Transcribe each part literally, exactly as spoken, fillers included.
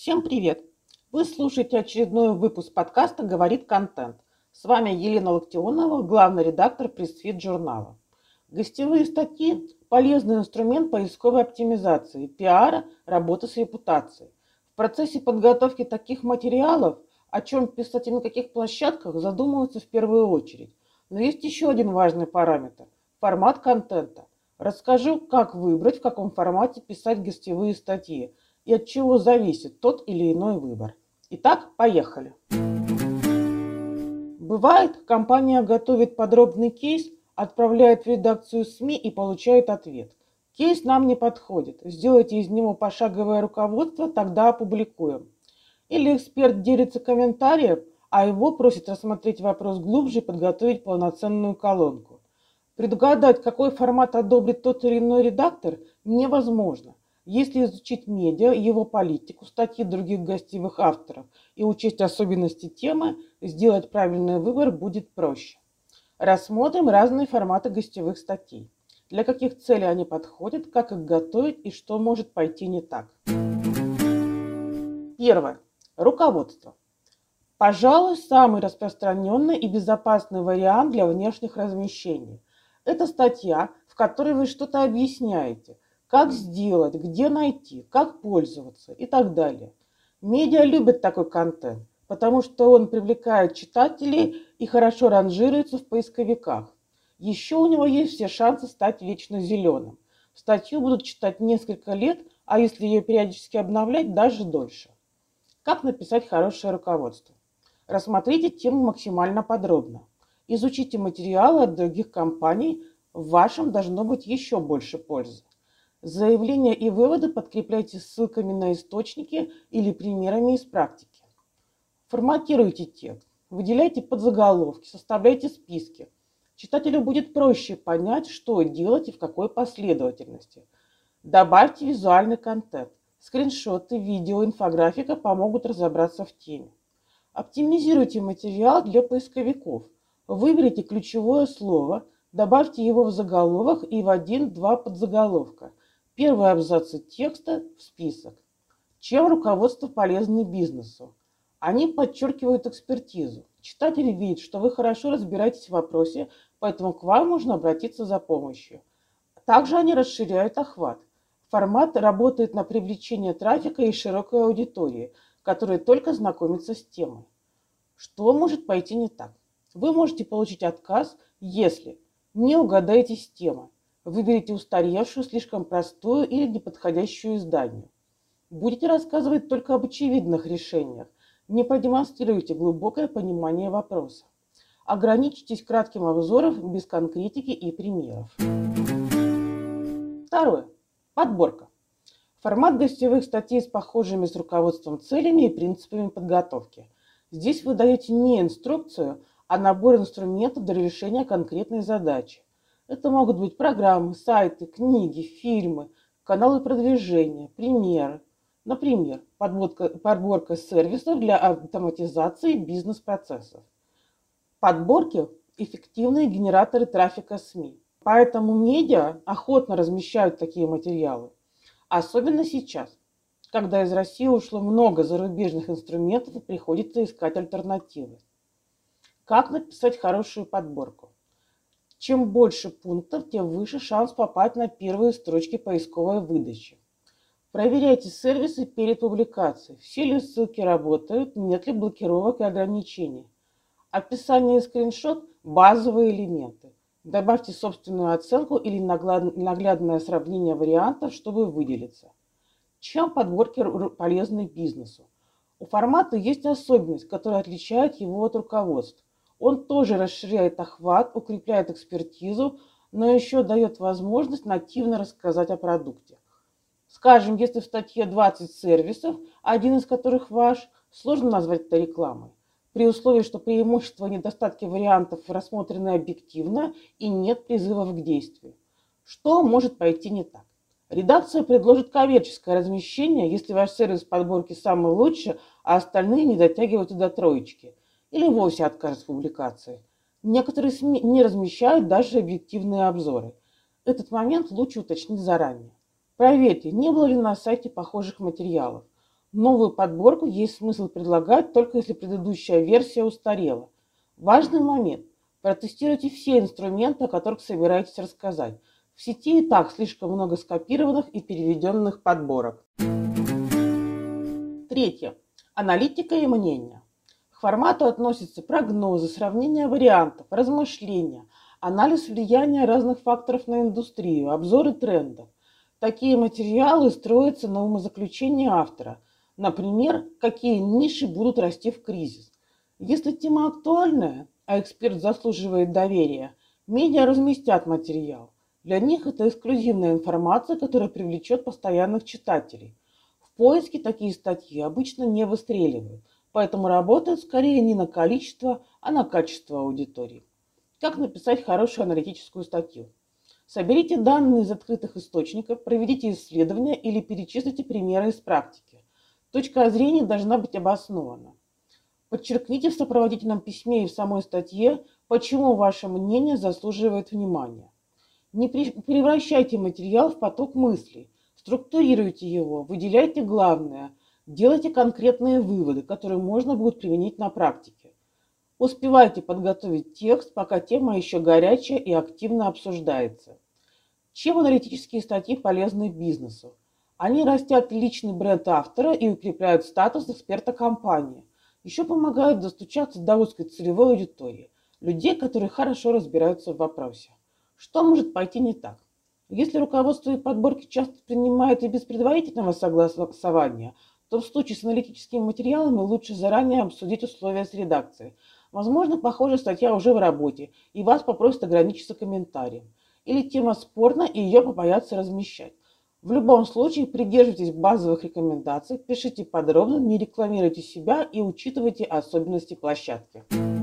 Всем привет! Вы слушаете очередной выпуск подкаста «Говорит контент». С вами Елена Локтионова, главный редактор пресс-фит журнала. Гостевые статьи – полезный инструмент поисковой оптимизации, пиара, работы с репутацией. В процессе подготовки таких материалов, о чем писать и на каких площадках, задумываются в первую очередь. Но есть еще один важный параметр – формат контента. Расскажу, как выбрать, в каком формате писать гостевые статьи и от чего зависит тот или иной выбор. Итак, поехали. Бывает, компания готовит подробный кейс, отправляет в редакцию СМИ и получает ответ. Кейс нам не подходит, сделайте из него пошаговое руководство, тогда опубликуем. Или эксперт делится комментарием, а его просит рассмотреть вопрос глубже и подготовить полноценную колонку. Предугадать, какой формат одобрит тот или иной редактор, невозможно. Если изучить медиа, его политику, статьи других гостевых авторов и учесть особенности темы, сделать правильный выбор будет проще. Рассмотрим разные форматы гостевых статей. Для каких целей они подходят, как их готовить и что может пойти не так. Первое. Руководство. Пожалуй, самый распространенный и безопасный вариант для внешних размещений. Это статья, в которой вы что-то объясняете. Как сделать, где найти, как пользоваться и так далее. Медиа любят такой контент, потому что он привлекает читателей и хорошо ранжируется в поисковиках. Еще у него есть все шансы стать вечно зеленым. Статью будут читать несколько лет, а если ее периодически обновлять, даже дольше. Как написать хорошее руководство? Рассмотрите тему максимально подробно. Изучите материалы от других компаний, в вашем должно быть еще больше пользы. Заявления и выводы подкрепляйте ссылками на источники или примерами из практики. Форматируйте текст, выделяйте подзаголовки, составляйте списки. Читателю будет проще понять, что делать и в какой последовательности. Добавьте визуальный контент. Скриншоты, видео, инфографика помогут разобраться в теме. Оптимизируйте материал для поисковиков. Выберите ключевое слово, добавьте его в заголовок и в один-два подзаголовка. Первые абзацы текста в список. Чем руководство полезны бизнесу? Они подчеркивают экспертизу. Читатели видят, что вы хорошо разбираетесь в вопросе, поэтому к вам можно обратиться за помощью. Также они расширяют охват. Формат работает на привлечение трафика и широкой аудитории, которая только знакомится с темой. Что может пойти не так? Вы можете получить отказ, если не угадаете с темой. Выберите устаревшую, слишком простую или неподходящую изданию. Будете рассказывать только об очевидных решениях. Не продемонстрируйте глубокое понимание вопроса. Ограничьтесь кратким обзором без конкретики и примеров. Второе. Подборка. Формат гостевых статей с похожими с руководством целями и принципами подготовки. Здесь вы даете не инструкцию, а набор инструментов для решения конкретной задачи. Это могут быть программы, сайты, книги, фильмы, каналы продвижения, примеры. Например, подборка, подборка сервисов для автоматизации бизнес-процессов. Подборки – эффективные генераторы трафика СМИ. Поэтому медиа охотно размещают такие материалы. Особенно сейчас, когда из России ушло много зарубежных инструментов и приходится искать альтернативы. Как написать хорошую подборку? Чем больше пунктов, тем выше шанс попасть на первые строчки поисковой выдачи. Проверяйте сервисы перед публикацией. Все ли ссылки работают, нет ли блокировок и ограничений. Описание и скриншот – базовые элементы. Добавьте собственную оценку или наглядное сравнение вариантов, чтобы выделиться. Чем подборки полезны бизнесу? У формата есть особенность, которая отличает его от руководств. Он тоже расширяет охват, укрепляет экспертизу, но еще дает возможность нативно рассказать о продукте. Скажем, если в статье двадцать сервисов, один из которых ваш, сложно назвать это рекламой, при условии, что преимущества и недостатки вариантов рассмотрены объективно и нет призывов к действию. Что может пойти не так? Редакция предложит коммерческое размещение, если ваш сервис подборки самый лучший, а остальные не дотягивают до троечки. Или вовсе откажет в публикации. Некоторые СМИ не размещают даже объективные обзоры. Этот момент лучше уточнить заранее. Проверьте, не было ли на сайте похожих материалов. Новую подборку есть смысл предлагать только если предыдущая версия устарела. Важный момент. Протестируйте все инструменты, о которых собираетесь рассказать. В сети и так слишком много скопированных и переведенных подборок. Третье. Аналитика и мнение. К формату относятся прогнозы, сравнение вариантов, размышления, анализ влияния разных факторов на индустрию, обзоры трендов. Такие материалы строятся на умозаключении автора. Например, какие ниши будут расти в кризис. Если тема актуальная, а эксперт заслуживает доверия, медиа разместят материал. Для них это эксклюзивная информация, которая привлечет постоянных читателей. В поиске такие статьи обычно не выстреливают, поэтому работают скорее не на количество, а на качество аудитории. Как написать хорошую аналитическую статью? Соберите данные из открытых источников, проведите исследования или перечислите примеры из практики. Точка зрения должна быть обоснована. Подчеркните в сопроводительном письме и в самой статье, почему ваше мнение заслуживает внимания. Не превращайте материал в поток мыслей, структурируйте его, выделяйте главное, делайте конкретные выводы, которые можно будет применить на практике. Успевайте подготовить текст, пока тема еще горячая и активно обсуждается. Чем аналитические статьи полезны бизнесу? Они растят личный бренд автора и укрепляют статус эксперта компании. Еще помогают достучаться до узкой целевой аудитории, людей, которые хорошо разбираются в вопросе. Что может пойти не так? Если руководство и подборки часто принимают и без предварительного согласования, то в случае с аналитическими материалами лучше заранее обсудить условия с редакцией. Возможно, похожая статья уже в работе, и вас попросят ограничиться комментарием. Или тема спорна, и ее побоятся размещать. В любом случае, придерживайтесь базовых рекомендаций, пишите подробно, не рекламируйте себя и учитывайте особенности площадки.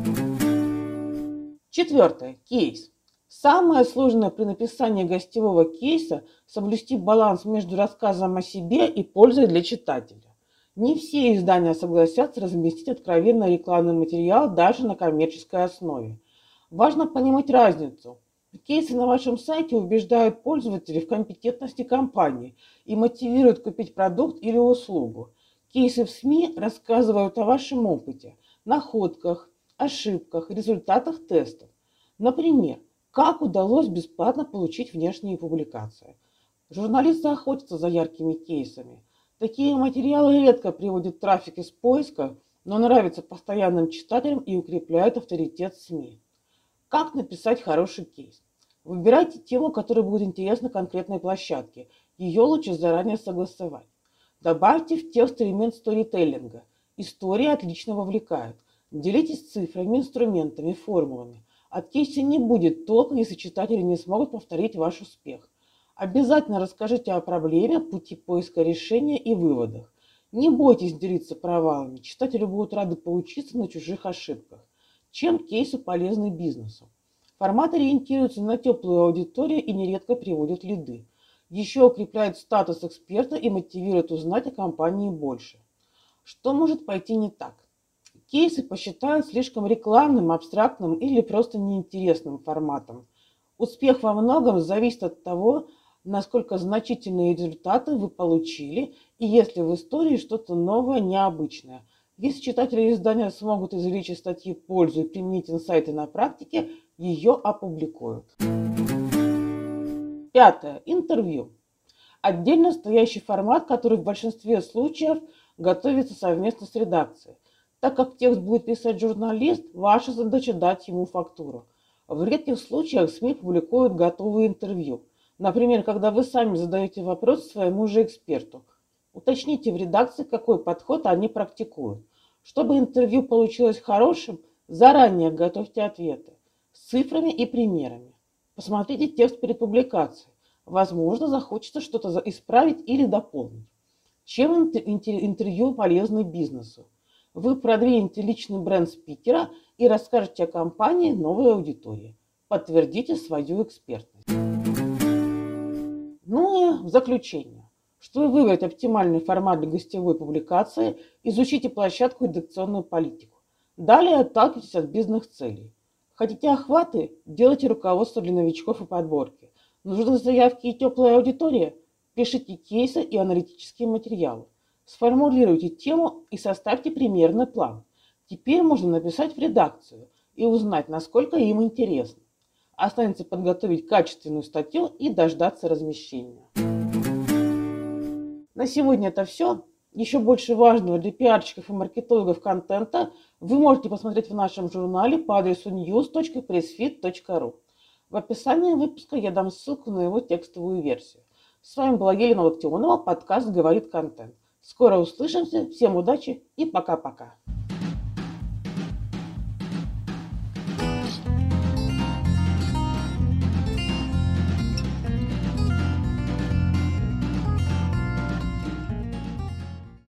Четвертое. Кейс. Самое сложное при написании гостевого кейса – соблюсти баланс между рассказом о себе и пользой для читателя. Не все издания согласятся разместить откровенно рекламный материал даже на коммерческой основе. Важно понимать разницу. Кейсы на вашем сайте убеждают пользователей в компетентности компании и мотивируют купить продукт или услугу. Кейсы в СМИ рассказывают о вашем опыте, находках, ошибках, результатах тестов. Например, как удалось бесплатно получить внешние публикации. Журналисты охотятся за яркими кейсами. Такие материалы редко приводят трафик из поиска, но нравятся постоянным читателям и укрепляют авторитет СМИ. Как написать хороший кейс? Выбирайте тему, которая будет интересна конкретной площадке. Ее лучше заранее согласовать. Добавьте в текст элемент сторителлинга. История отлично вовлекает. Делитесь цифрами, инструментами, формулами. От кейса не будет толка, если читатели не смогут повторить ваш успех. Обязательно расскажите о проблеме, пути поиска решения и выводах. Не бойтесь делиться провалами. Читатели будут рады поучиться на чужих ошибках. Чем кейсы полезны бизнесу? Формат ориентируется на теплую аудиторию и нередко приводит лиды. Еще укрепляет статус эксперта и мотивирует узнать о компании больше. Что может пойти не так? Кейсы посчитают слишком рекламным, абстрактным или просто неинтересным форматом. Успех во многом зависит от того, насколько значительные результаты вы получили и есть ли в истории что-то новое, необычное. Если читатели издания смогут извлечь из статьи пользу и применить инсайты на практике, ее опубликуют. Пятое. Интервью. Отдельно стоящий формат, который в большинстве случаев готовится совместно с редакцией. Так как текст будет писать журналист, ваша задача дать ему фактуру. В редких случаях СМИ публикуют готовые интервью. Например, когда вы сами задаете вопрос своему же эксперту. Уточните в редакции, какой подход они практикуют. Чтобы интервью получилось хорошим, заранее готовьте ответы с цифрами и примерами. Посмотрите текст перед публикацией. Возможно, захочется что-то исправить или дополнить. Чем интервью полезны бизнесу? Вы продвинете личный бренд спикера и расскажете о компании новой аудитории. Подтвердите свою экспертность. Ну и в заключение. Чтобы выбрать оптимальный формат для гостевой публикации, изучите площадку и редакционную политику. Далее отталкивайтесь от бизнес-целей. Хотите охваты? Делайте руководство для новичков и подборки. Нужны заявки и теплая аудитория? Пишите кейсы и аналитические материалы. Сформулируйте тему и составьте примерный план. Теперь можно написать в редакцию и узнать, насколько им интересно. Останется подготовить качественную статью и дождаться размещения. На сегодня это все. Еще больше важного для пиарщиков и маркетологов контента вы можете посмотреть в нашем журнале по адресу news точка pressfit точка ru. В описании выпуска я дам ссылку на его текстовую версию. С вами была Елена Локтионова, подкаст «Говорит контент». Скоро услышимся, всем удачи и пока-пока.